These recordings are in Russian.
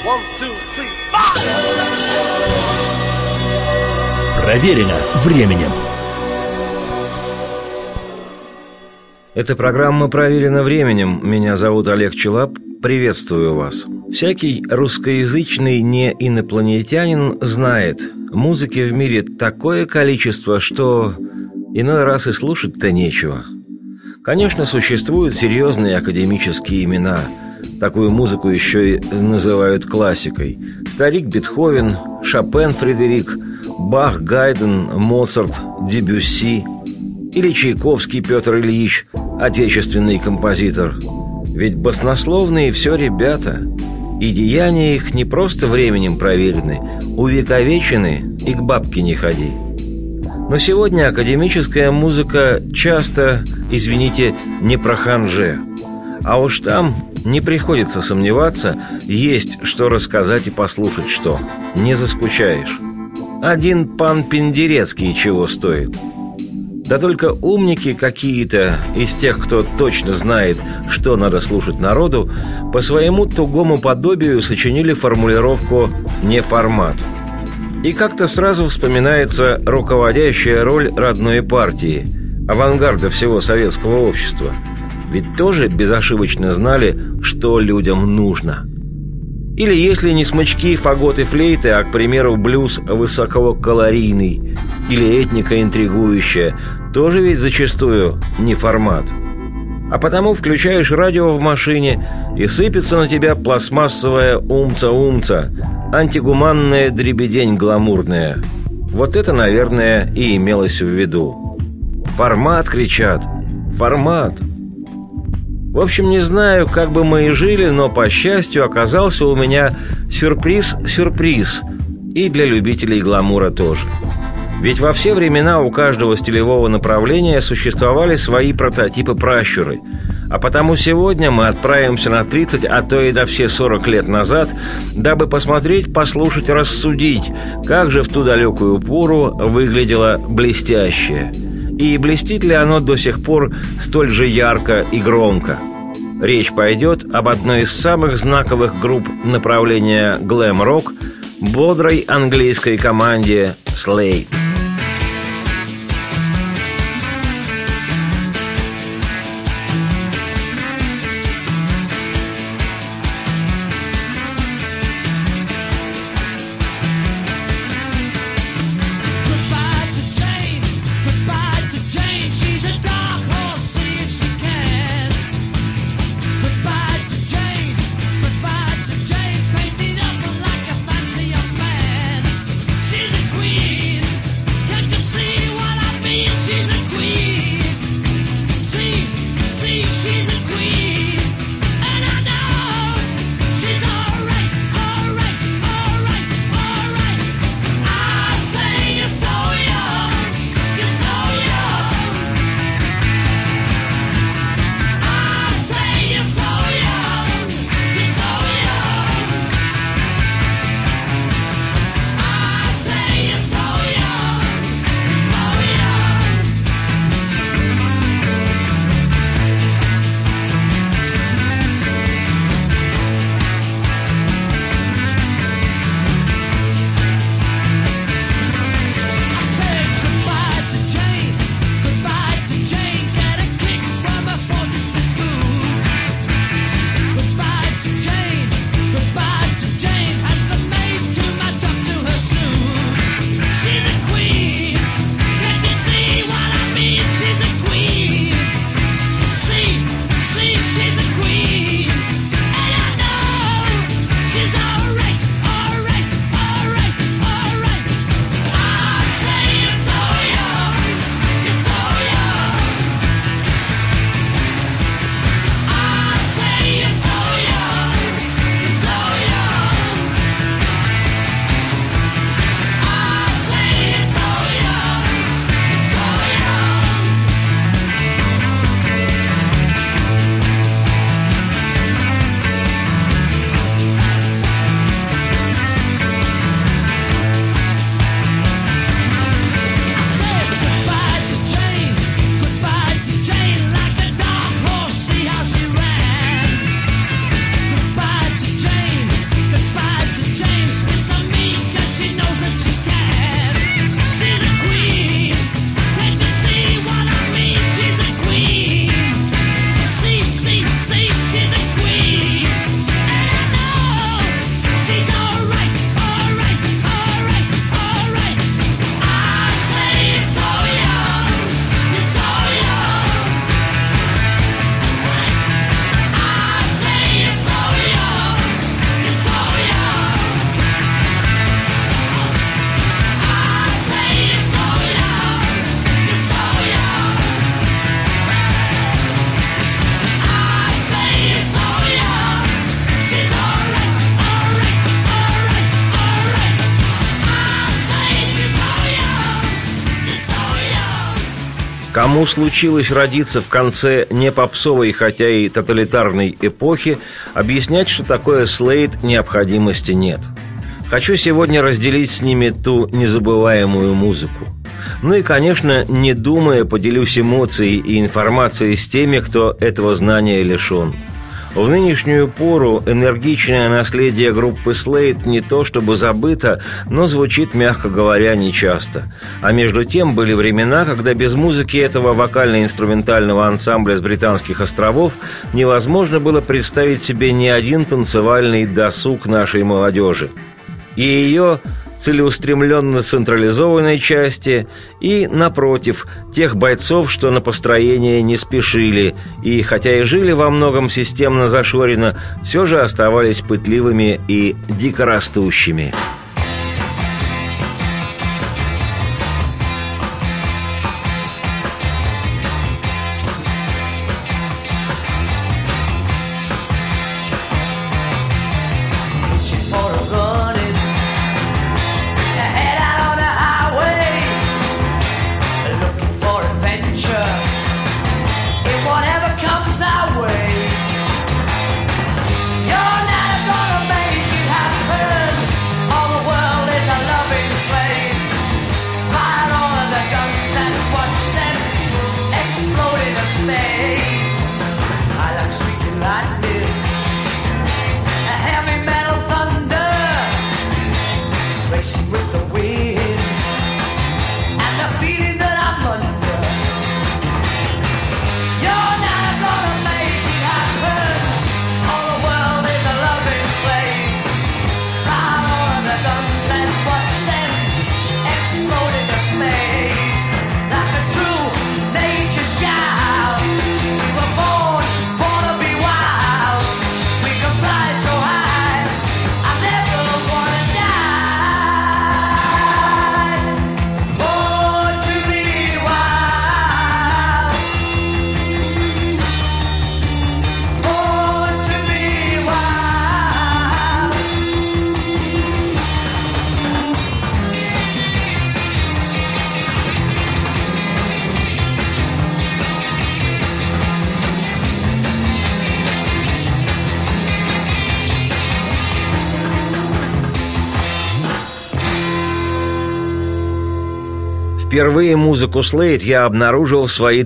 One, two, three, four. Проверено временем. Эта программа «Проверено временем». Меня зовут Олег Челап. Приветствую вас. Всякий русскоязычный не инопланетянин знает, музыки в мире такое количество, что иной раз и слушать-то нечего. Конечно, существуют серьезные академические имена. Такую музыку еще и называют классикой. Старик Бетховен, Шопен Фредерик, Бах, Гайден, Моцарт, Дебюсси или Чайковский Петр Ильич, отечественный композитор. Ведь баснословные все ребята, и деяния их не просто временем проверены, увековечены, и к бабке не ходи. Но сегодня академическая музыка часто, извините, не про ханже. А уж там не приходится сомневаться, есть что рассказать и послушать что. Не заскучаешь. Один пан Пендерецкий чего стоит. Да только умники какие-то из тех, кто точно знает, что надо слушать народу, по своему тугому подобию сочинили формулировку «не формат». И как-то сразу вспоминается руководящая роль родной партии, авангарда всего советского общества. Ведь тоже безошибочно знали, что людям нужно. Или если не смычки, фагот и флейты, а, к примеру, блюз высококалорийный или этника интригующая, тоже ведь зачастую не формат. А потому включаешь радио в машине, и сыпется на тебя пластмассовая умца-умца, антигуманная дребедень гламурная. Вот это, наверное, и имелось в виду. «Формат!» кричат. «Формат!» В общем, не знаю, как бы мы и жили, но, по счастью, оказался у меня сюрприз. И для любителей гламура тоже. Ведь во все времена у каждого стилевого направления существовали свои прототипы-пращуры. А потому сегодня мы отправимся на 30, а то и до все 40 лет назад, дабы посмотреть, послушать, рассудить, как же в ту далекую пору выглядело блестящее. И блестит ли оно до сих пор столь же ярко и громко? Речь пойдет об одной из самых знаковых групп направления глэм-рок, бодрой английской команде Slade. Кому случилось родиться в конце не попсовой, хотя и тоталитарной эпохи, объяснять, что такое Слейд, необходимости нет. Хочу сегодня разделить с ними ту незабываемую музыку. Ну и, конечно, не думая, поделюсь эмоцией и информацией с теми, кто этого знания лишен. В нынешнюю пору энергичное наследие группы Слейд не то чтобы забыто, но звучит, мягко говоря, нечасто. А между тем были времена, когда без музыки этого вокально-инструментального ансамбля с Британских островов невозможно было представить себе ни один танцевальный досуг нашей молодежи. И ее целеустремленно централизованной части, и, напротив, тех бойцов, что на построение не спешили, и, хотя и жили во многом системно зашорено, все же оставались пытливыми и дикорастущими. Впервые музыку Слейд я обнаружил в свои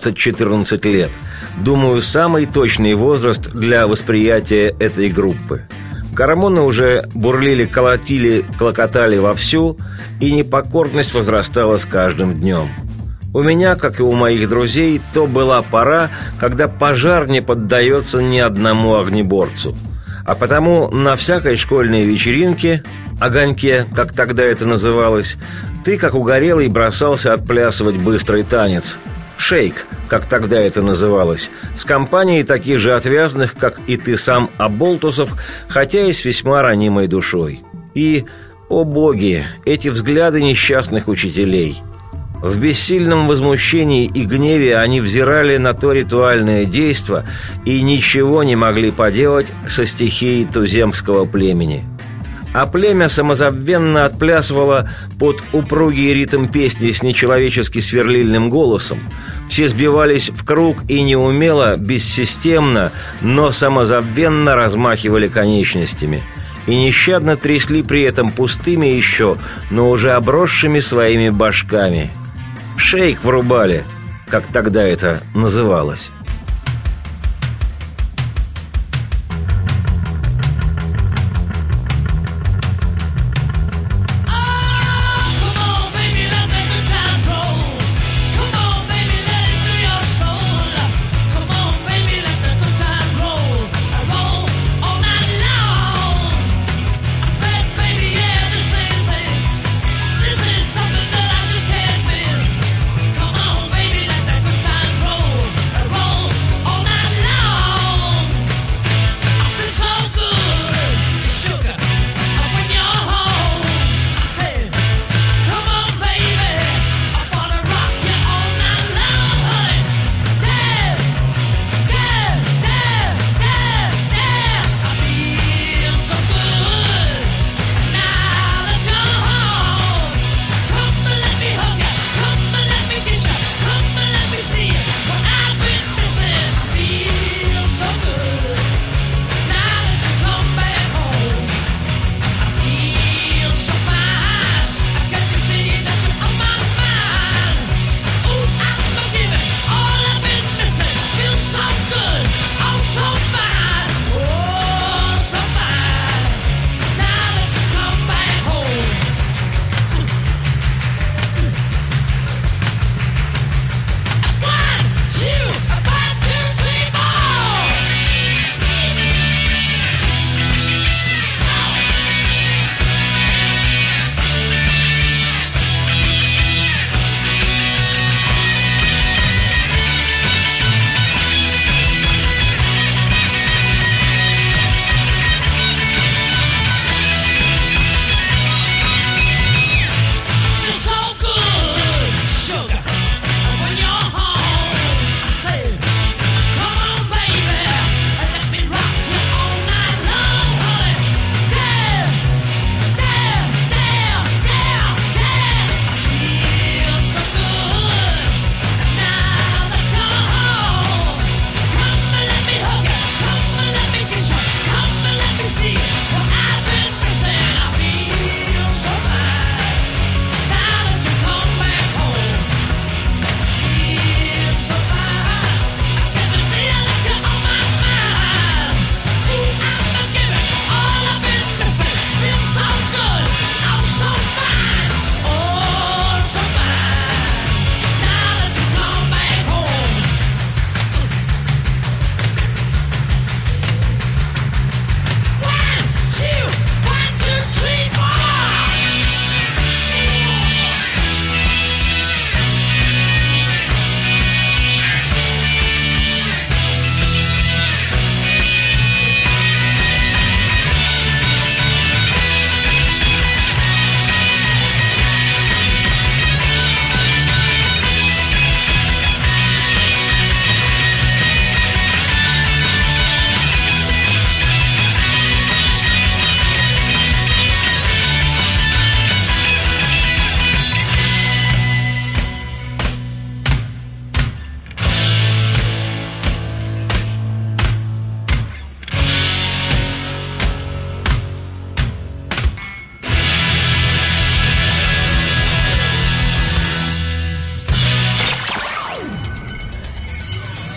13-14 лет. Думаю, самый точный возраст для восприятия этой группы. Гормоны уже бурлили, колотили, клокотали вовсю, и непокорность возрастала с каждым днем. У меня, как и у моих друзей, то была пора, когда пожар не поддается ни одному огнеборцу. А потому на всякой школьной вечеринке, огоньке, как тогда это называлось, ты, как угорелый, бросался отплясывать быстрый танец. Шейк, как тогда это называлось, с компанией таких же отвязных, как и ты сам, оболтусов, хотя и с весьма ранимой душой. И, о боги, эти взгляды несчастных учителей. В бессильном возмущении и гневе они взирали на то ритуальное действо и ничего не могли поделать со стихией туземского племени. А племя самозабвенно отплясывало под упругий ритм песни с нечеловечески сверлильным голосом. Все сбивались в круг и неумело, бессистемно, но самозабвенно размахивали конечностями. И нещадно трясли при этом пустыми еще, но уже обросшими своими башками. Шейк врубали, как тогда это называлось. Roll.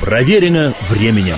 Проверено временем.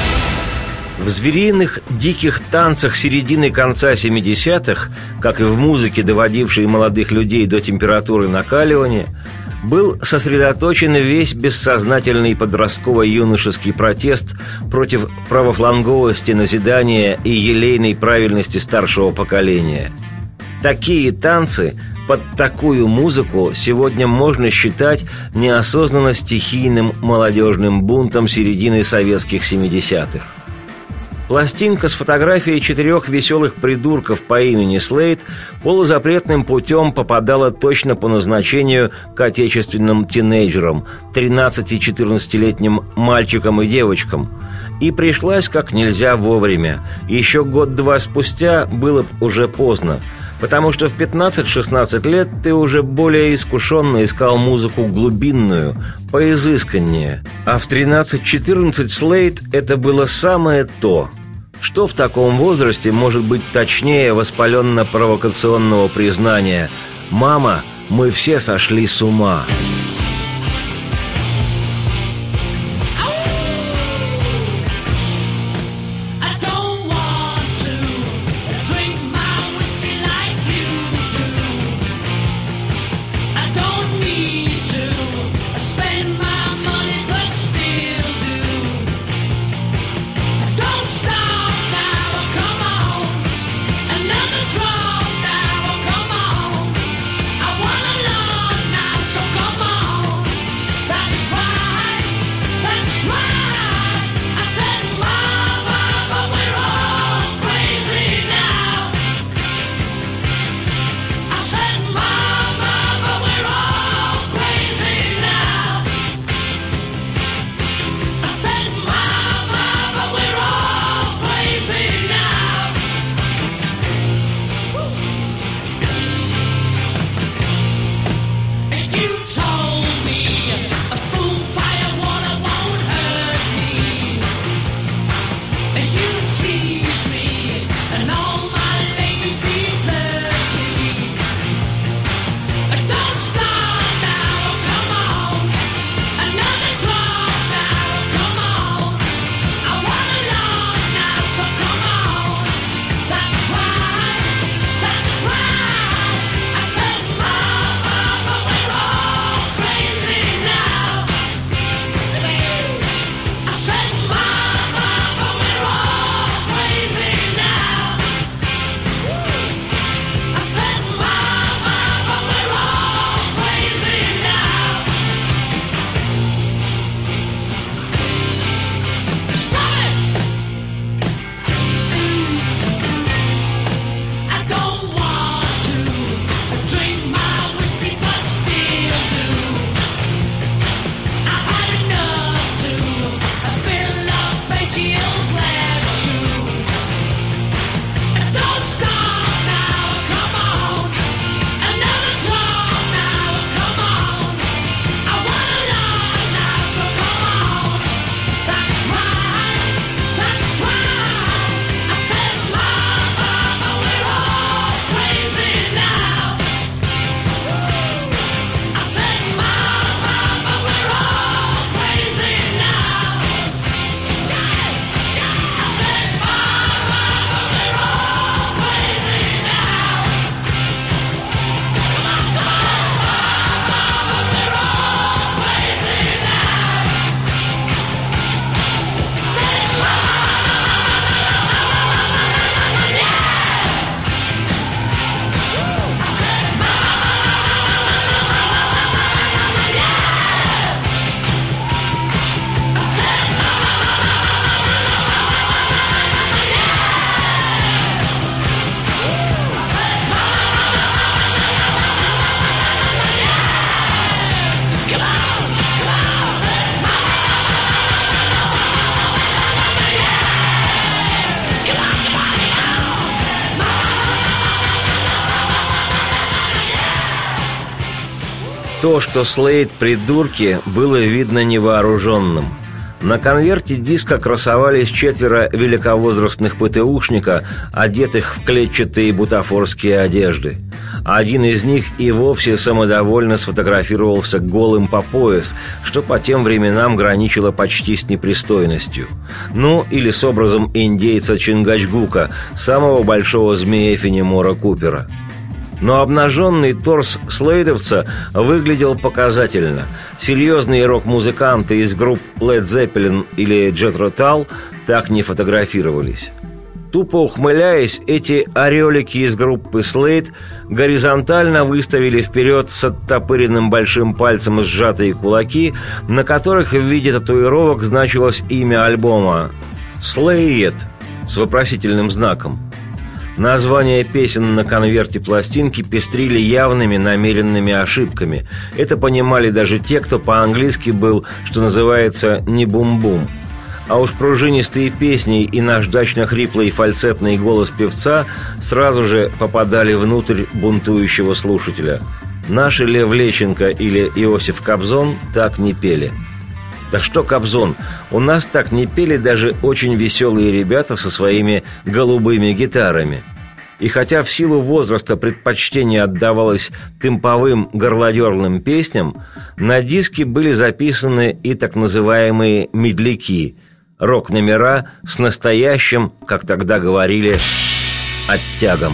В звериных диких танцах середины конца 70-х, как и в музыке, доводившей молодых людей до температуры накаливания, был сосредоточен весь бессознательный подростково-юношеский протест против правофланговости назидания и елейной правильности старшего поколения. Такие танцы под такую музыку сегодня можно считать неосознанно стихийным молодежным бунтом середины советских 70-х. Пластинка с фотографией 4 веселых придурков по имени Слейд полузапретным путем попадала точно по назначению к отечественным тинейджерам, 13-14-летним мальчикам и девочкам, и пришлась как нельзя вовремя. Еще год-два спустя было уже поздно, потому что в 15-16 лет ты уже более искушенно искал музыку глубинную, поизысканнее, а в 13-14 Слейд это было самое то. Что в таком возрасте может быть точнее воспаленно-провокационного признания «Мама, мы все сошли с ума». То, что Слейд придурки, было видно невооруженным. На конверте диска красовались 4 великовозрастных ПТУшника, одетых в клетчатые бутафорские одежды. Один из них и вовсе самодовольно сфотографировался голым по пояс, что по тем временам граничило почти с непристойностью. Ну, или с образом индейца Чингачгука, самого большого змея Фенемора Купера. Но обнаженный торс слейдовца выглядел показательно. Серьезные рок-музыканты из групп Led Zeppelin или Jethro Tull так не фотографировались. Тупо ухмыляясь, эти орелики из группы Slade горизонтально выставили вперед с оттопыренным большим пальцем сжатые кулаки, на которых в виде татуировок значилось имя альбома «Slayed» с вопросительным знаком. Названия песен на конверте пластинки пестрили явными намеренными ошибками. Это понимали даже те, кто по-английски был, что называется, не бум-бум. А уж пружинистые песни и наждачно-хриплый фальцетный голос певца сразу же попадали внутрь бунтующего слушателя. Наши Лев Лещенко или Иосиф Кобзон так не пели. Да что Кобзон, у нас так не пели даже очень веселые ребята со своими голубыми гитарами. И хотя в силу возраста предпочтение отдавалось темповым горлодерным песням, на диске были записаны и так называемые медляки – рок-номера с настоящим, как тогда говорили, оттягом.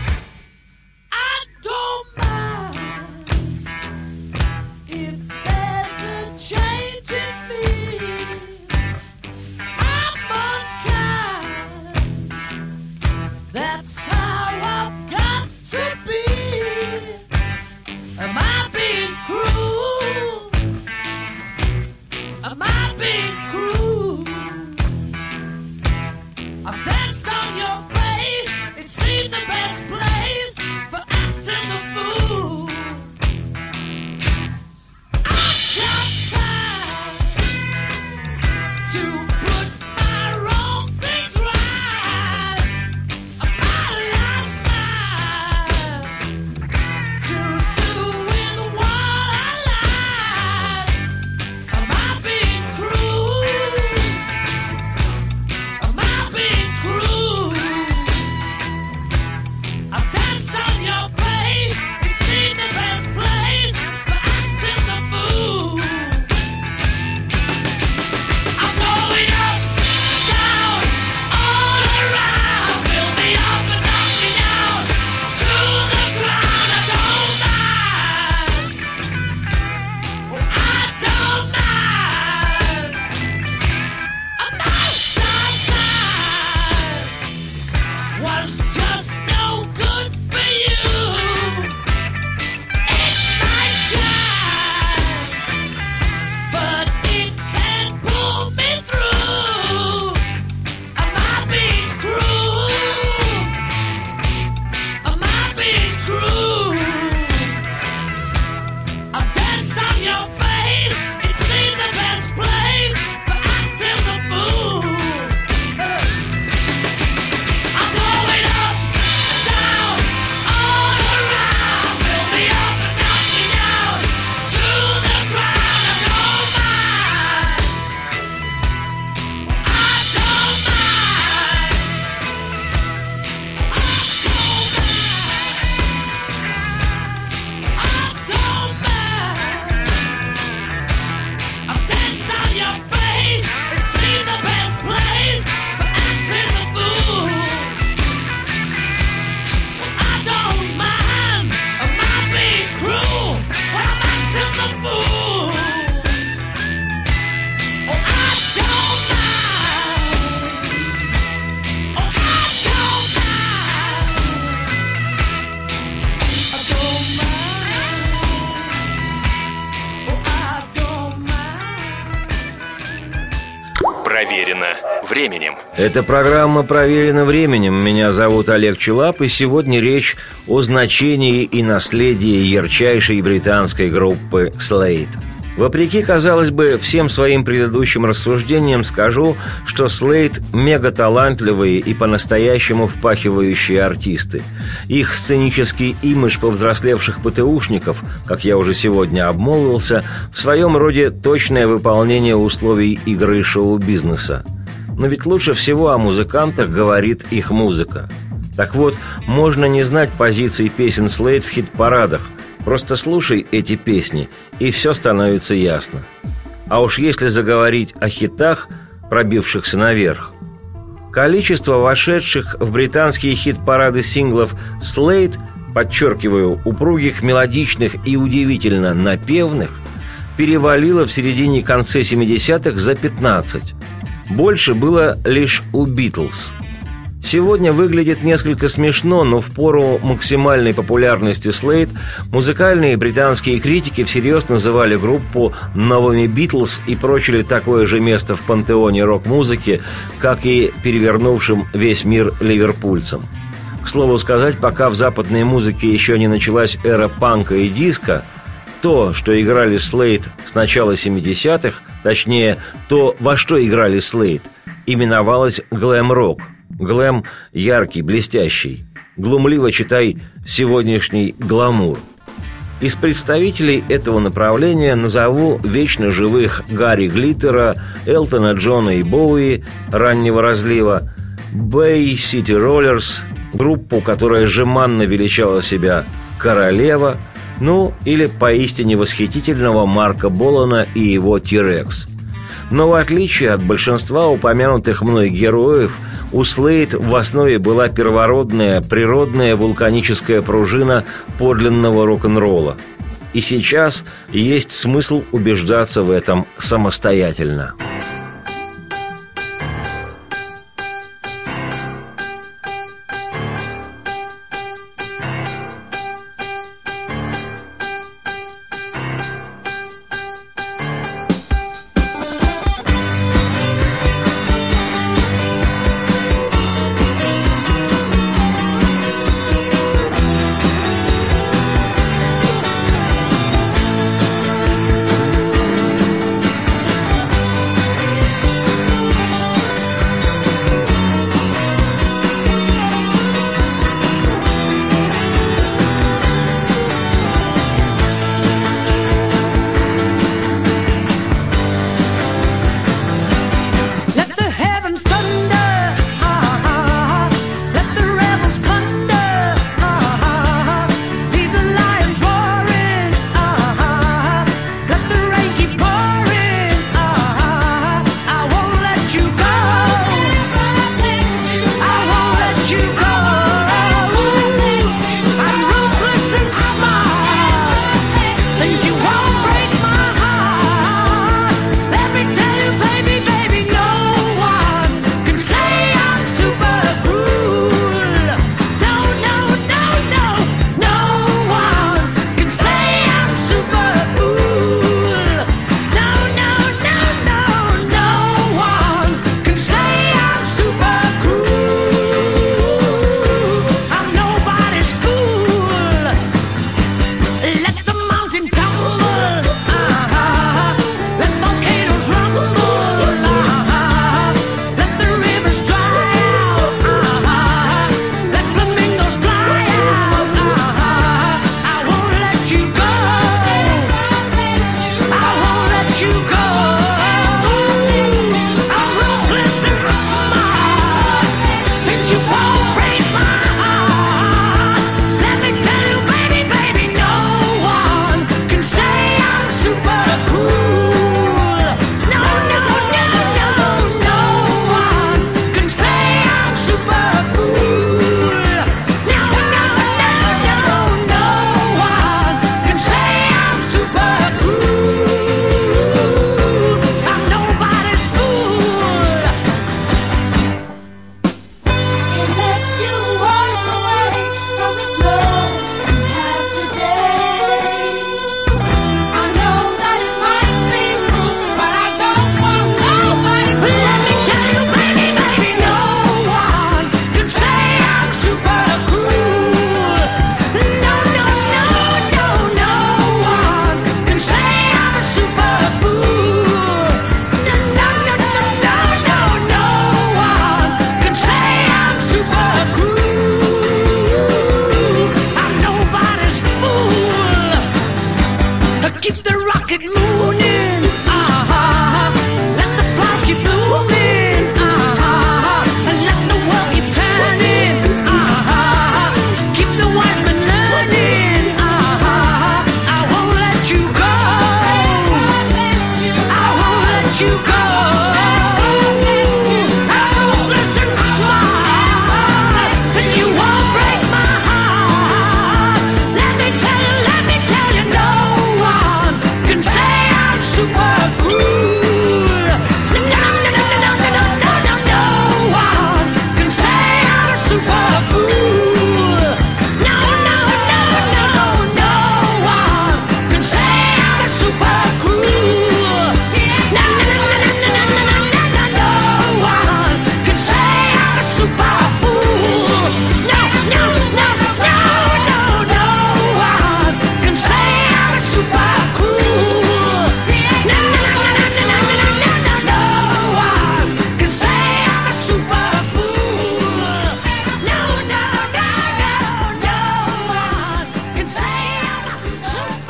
Проверено временем. Эта программа «Проверено временем». Меня зовут Олег Челап, и сегодня речь о значении и наследии ярчайшей британской группы Slade. Вопреки, казалось бы, всем своим предыдущим рассуждениям скажу, что Слейд – мегаталантливые и по-настоящему впахивающие артисты. Их сценический имидж повзрослевших ПТУшников, как я уже сегодня обмолвился, в своем роде точное выполнение условий игры шоу-бизнеса. Но ведь лучше всего о музыкантах говорит их музыка. Так вот, можно не знать позиций песен Слейд в хит-парадах. Просто слушай эти песни, и все становится ясно. А уж если заговорить о хитах, пробившихся наверх. Количество вошедших в британские хит-парады синглов Слейд, подчеркиваю, упругих, мелодичных и удивительно напевных, перевалило в середине-конце 70-х за 15. Больше было лишь у Битлз. Сегодня выглядит несколько смешно, но в пору максимальной популярности Слейд музыкальные британские критики всерьез называли группу новыми Битлз и прочили такое же место в пантеоне рок-музыки, как и перевернувшим весь мир ливерпульцам. К слову сказать, пока в западной музыке еще не началась эра панка и диска, то, что играли Слейд с начала 70-х, точнее, то, во что играли Слейд, именовалось глэм-рок. Глэм – яркий, блестящий. Глумливо читай сегодняшний гламур. Из представителей этого направления назову вечно живых Гарри Глиттера, Элтона Джона и Боуи раннего разлива, Bay City Rollers, группу, которая жеманно величала себя «Королева», ну или поистине восхитительного Марка Болана и его «Тирекс». Но в отличие от большинства упомянутых мной героев, у Слейд в основе была первородная, природная вулканическая пружина подлинного рок-н-ролла. И сейчас есть смысл убеждаться в этом самостоятельно.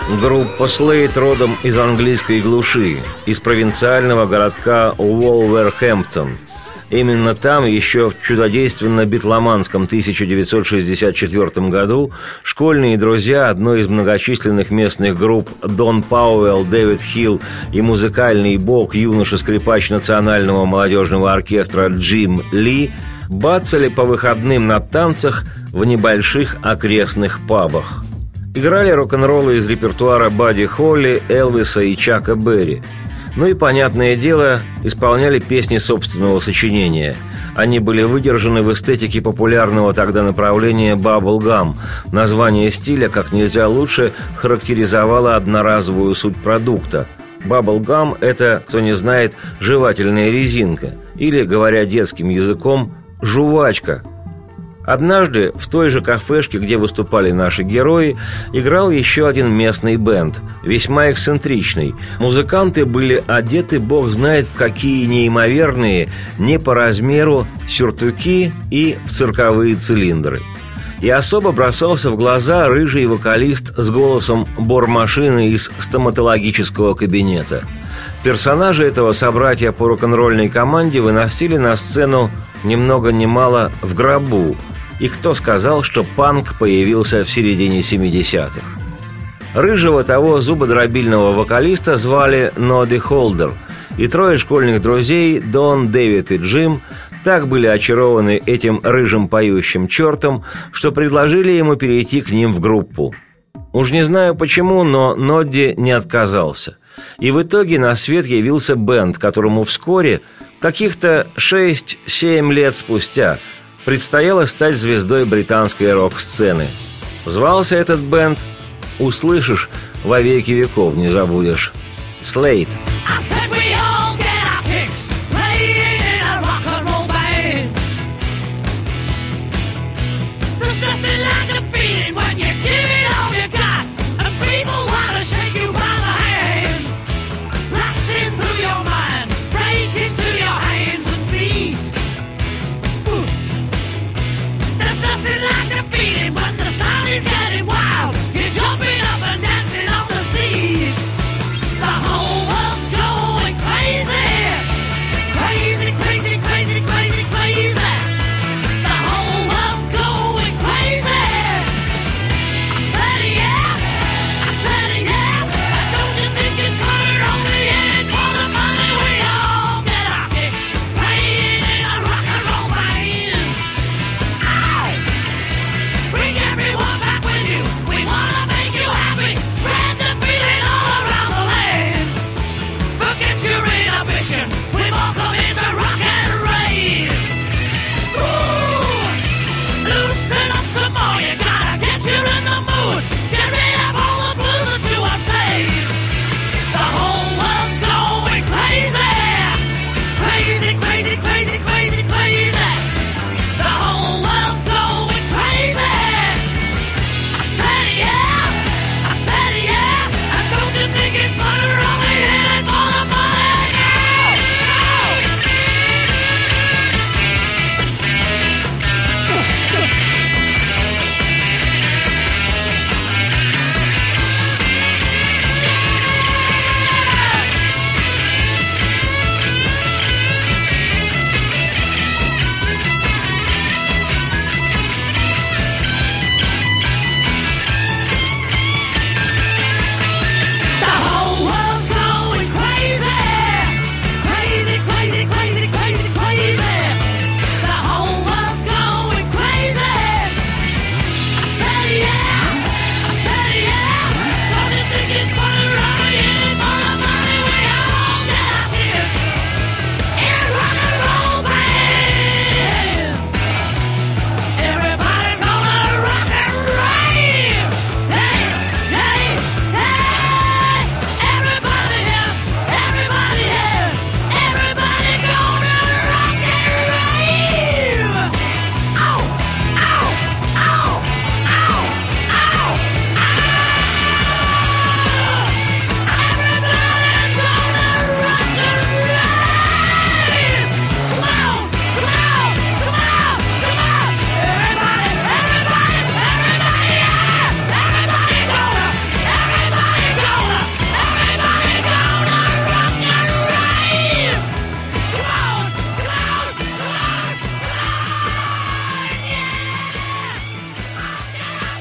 Группа Slade родом из английской глуши, из провинциального городка Уолверхэмптон. Именно там еще в чудодейственно-битломанском 1964 году школьные друзья одной из многочисленных местных групп Дон Пауэлл, Дэвид Хилл и музыкальный бог юноша-скрипач Национального молодежного оркестра Джим Ли бацали по выходным на танцах в небольших окрестных пабах. Играли рок-н-роллы из репертуара Бадди Холли, Элвиса и Чака Берри. Ну и, понятное дело, исполняли песни собственного сочинения. Они были выдержаны в эстетике популярного тогда направления «бабл-гам». Название стиля как нельзя лучше характеризовало одноразовую суть продукта. «Бабл-гам» — это, кто не знает, жевательная резинка. Или, говоря детским языком, жувачка. Однажды в той же кафешке, где выступали наши герои, играл еще один местный бэнд, весьма эксцентричный. Музыканты были одеты бог знает в какие неимоверные, не по размеру, сюртуки и в цирковые цилиндры. И особо бросался в глаза рыжий вокалист с голосом бормашины из стоматологического кабинета. Персонажи этого собратья по рок-н-ролльной команде выносили на сцену ни много ни мало в гробу. И кто сказал, что панк появился в середине 70-х? Рыжего того зубодробильного вокалиста звали Ноди Холдер, и трое школьных друзей, Дон, Дэвид и Джим, так были очарованы этим рыжим поющим чертом, что предложили ему перейти к ним в группу. Уж не знаю почему, но Нодди не отказался. И в итоге на свет явился бэнд, которому вскоре, каких-то 6-7 лет спустя, предстояло стать звездой британской рок-сцены. Звался этот бэнд, услышишь, во веки веков не забудешь, Slade.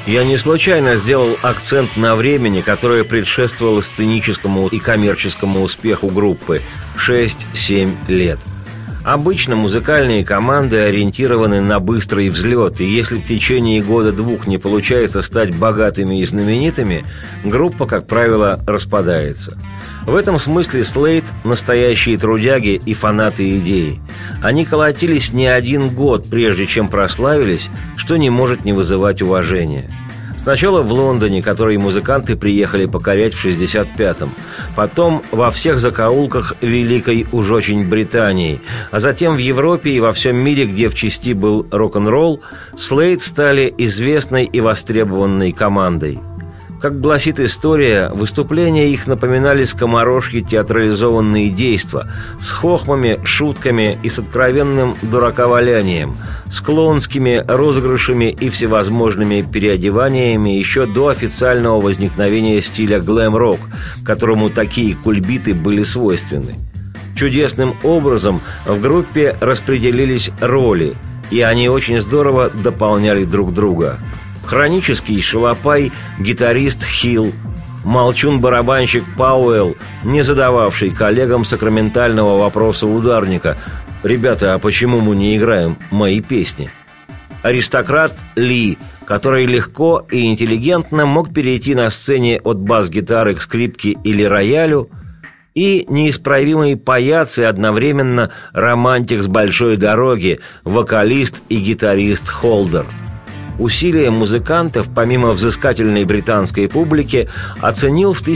Я не случайно сделал акцент на времени, которое предшествовало сценическому и коммерческому успеху группы – 6-7 лет. Обычно музыкальные команды ориентированы на быстрый взлет, и если в течение года-двух не получается стать богатыми и знаменитыми, группа, как правило, распадается. В этом смысле Slade – настоящие трудяги и фанаты идеи. Они колотились не один год, прежде чем прославились, что не может не вызывать уважения. Сначала в Лондоне, который музыканты приехали покорять в 65-м. Потом во всех закоулках великой уж очень Британии. А затем в Европе и во всем мире, где в части был рок-н-ролл, Slade стали известной и востребованной командой. Как гласит история, выступления их напоминали скоморожьи театрализованные действа с хохмами, шутками и с откровенным дураковалянием, с клоунскими розыгрышами и всевозможными переодеваниями еще до официального возникновения стиля глэм-рок, которому такие кульбиты были свойственны. Чудесным образом в группе распределились роли, и они очень здорово дополняли друг друга. Хронический шалопай гитарист Хилл, молчун-барабанщик Пауэлл, не задававший коллегам сакраментального вопроса ударника: «Ребята, а почему мы не играем мои песни?» Аристократ Ли, который легко и интеллигентно мог перейти на сцене от бас-гитары к скрипке или роялю, и неисправимый паяц и одновременно романтик с большой дороги, вокалист и гитарист Холдер. Усилия музыкантов, помимо взыскательной британской публики, оценил в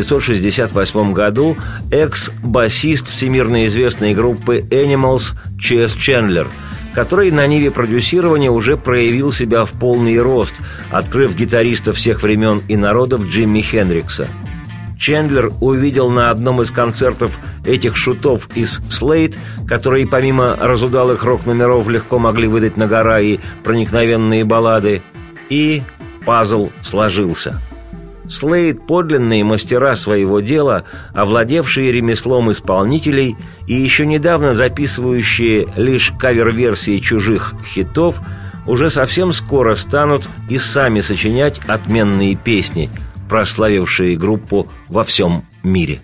1968 году экс-басист всемирно известной группы Animals Чес Чендлер, который на ниве продюсирования уже проявил себя в полный рост, открыв гитариста всех времен и народов Джимми Хендрикса. Чендлер увидел на одном из концертов этих шутов из Slade, которые помимо разудалых рок-номеров легко могли выдать на гора и проникновенные баллады, и пазл сложился. Slade – подлинные мастера своего дела, овладевшие ремеслом исполнителей и еще недавно записывающие лишь кавер-версии чужих хитов, уже совсем скоро станут и сами сочинять отменные песни, прославившие группу во всем мире.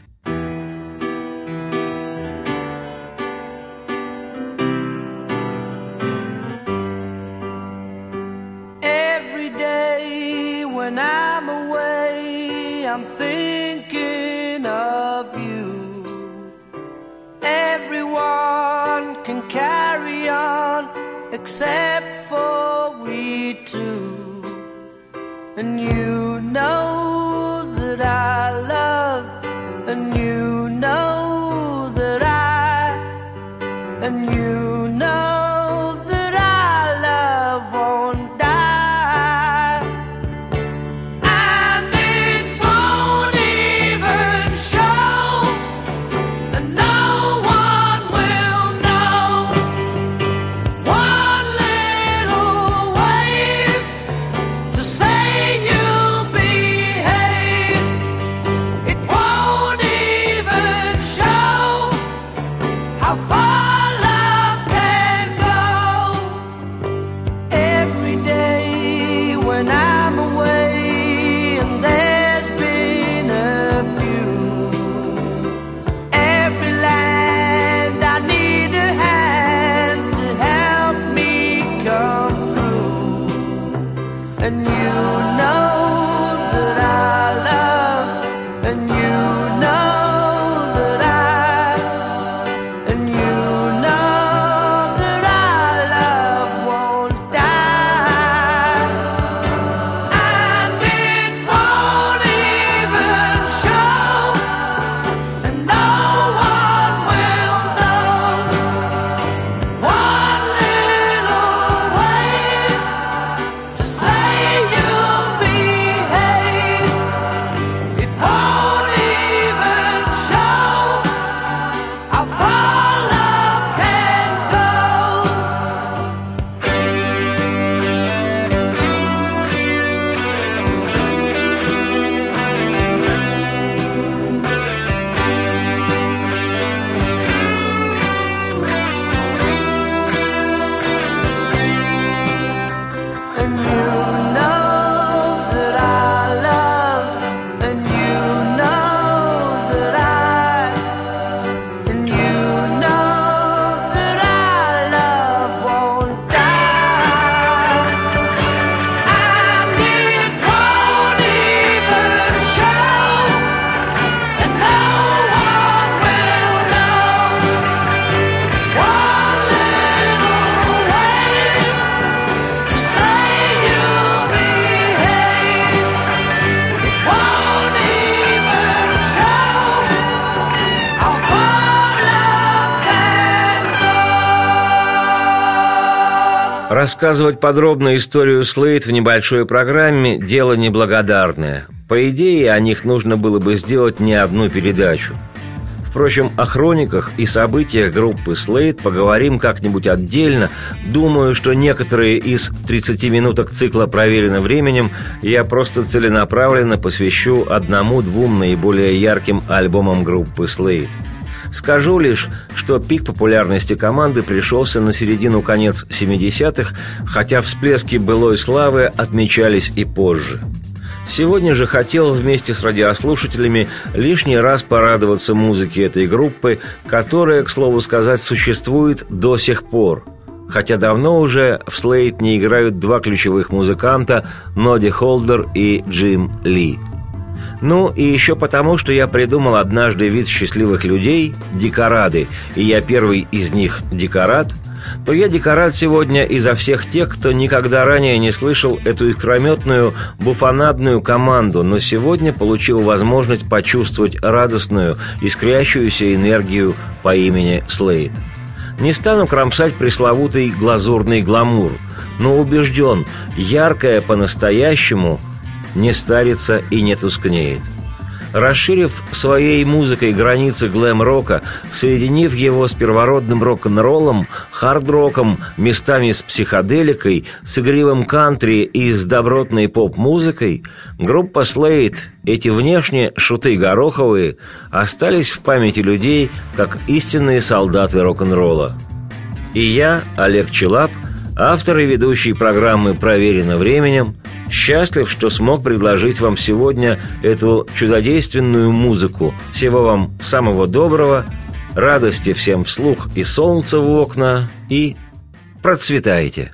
Every day when I'm away, I'm thinking of you. Everyone can carry on except for we two. And you know that I love, and you know that and you know that our love won't die. And it won't even show, and no one will know. One little wave to say you'll behave. It won't even show how far love can go. Every day when I'm away, and there's been a few, every land I need a hand to help me come through. And you know that I love, and you know that and you know that our love won't die. And it won't even show, and no one will know. One little wave to say you'll behave. Рассказывать подробно историю Slade в небольшой программе – дело неблагодарное. По идее, о них нужно было бы сделать не одну передачу. Впрочем, о хрониках и событиях группы Slade поговорим как-нибудь отдельно. Думаю, что некоторые из 30 минуток цикла «Проверено временем» я просто целенаправленно посвящу одному-двум наиболее ярким альбомам группы Slade. Скажу лишь, что пик популярности команды пришелся на середину-конец 70-х, хотя всплески былой славы отмечались и позже. Сегодня же хотел вместе с радиослушателями лишний раз порадоваться музыке этой группы, которая, к слову сказать, существует до сих пор. Хотя давно уже в Slade не играют два ключевых музыканта – Ноди Холдер и Джим Ли. Ну и еще потому, что я придумал однажды вид счастливых людей – декорады, и я первый из них декорат, то я декорат сегодня изо всех тех, кто никогда ранее не слышал эту искрометную буфонадную команду, но сегодня получил возможность почувствовать радостную, искрящуюся энергию по имени Slade. Не стану кромсать пресловутый глазурный гламур, но убежден, яркое по-настоящему не старится и не тускнеет. Расширив своей музыкой границы глэм-рока, соединив его с первородным рок-н-роллом, хард-роком, местами с психоделикой, с игривым кантри и с добротной поп-музыкой, группа Slade, эти внешне шуты гороховые, остались в памяти людей как истинные солдаты рок-н-ролла. И я, Олег Челап, автор и ведущий программы «Проверено временем», счастлив, что смог предложить вам сегодня эту чудодейственную музыку. Всего вам самого доброго, радости всем вслух и солнца в окна, и процветайте!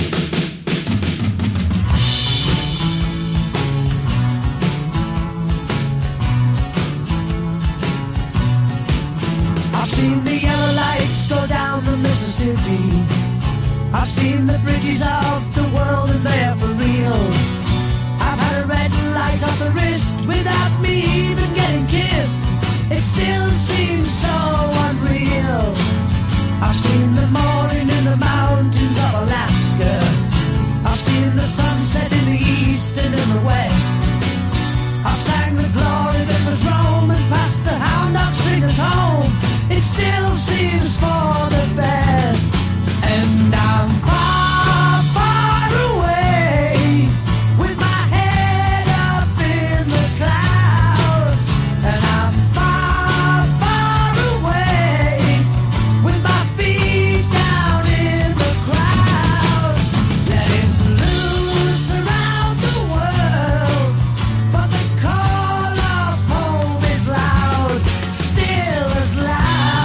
I've seen the bridges of the world and they're for real. I've had a red light off the wrist without me even getting kissed. It still seems so unreal. I've seen the morning in the mountains of Alaska. I've seen the sunset in the east and in the west. I've sang the glory that was Rome and passed the hound dog singers home. It still seems for the best. And I'm far, far away, with my head up in the clouds. And I'm far, far away, with my feet down in the crowds. Letting loose around the world, but the call of home is loud, still as loud.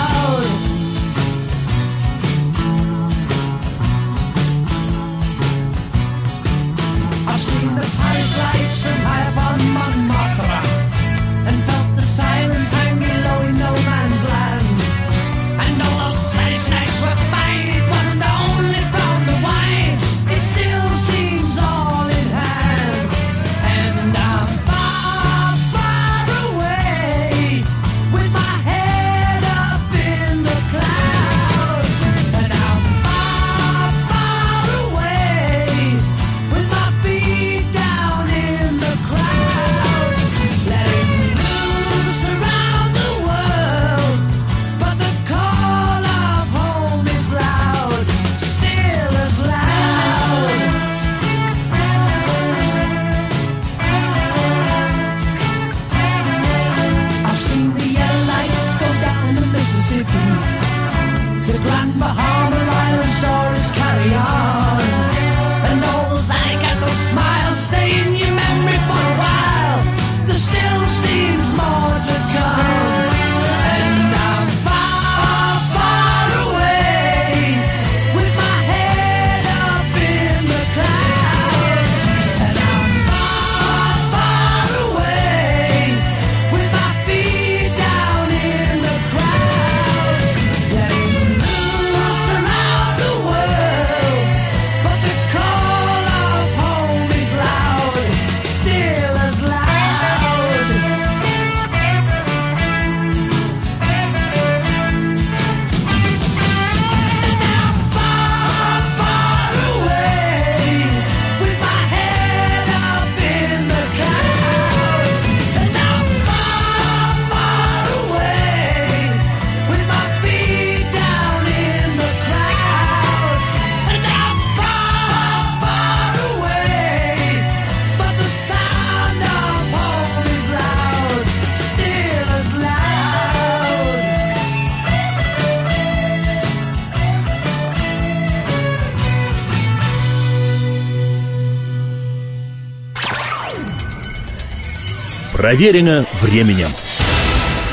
I've seen the Paris lights from high upon Montmartre, and felt the silence hang below in no man's land. And all those Spanish nights were fine, it wasn't only from the wine, it still seems all in hand. And I'm far, far away, with my head up in the clouds. And I'm far, far away, with my feet down in the crowds. Проверено временем.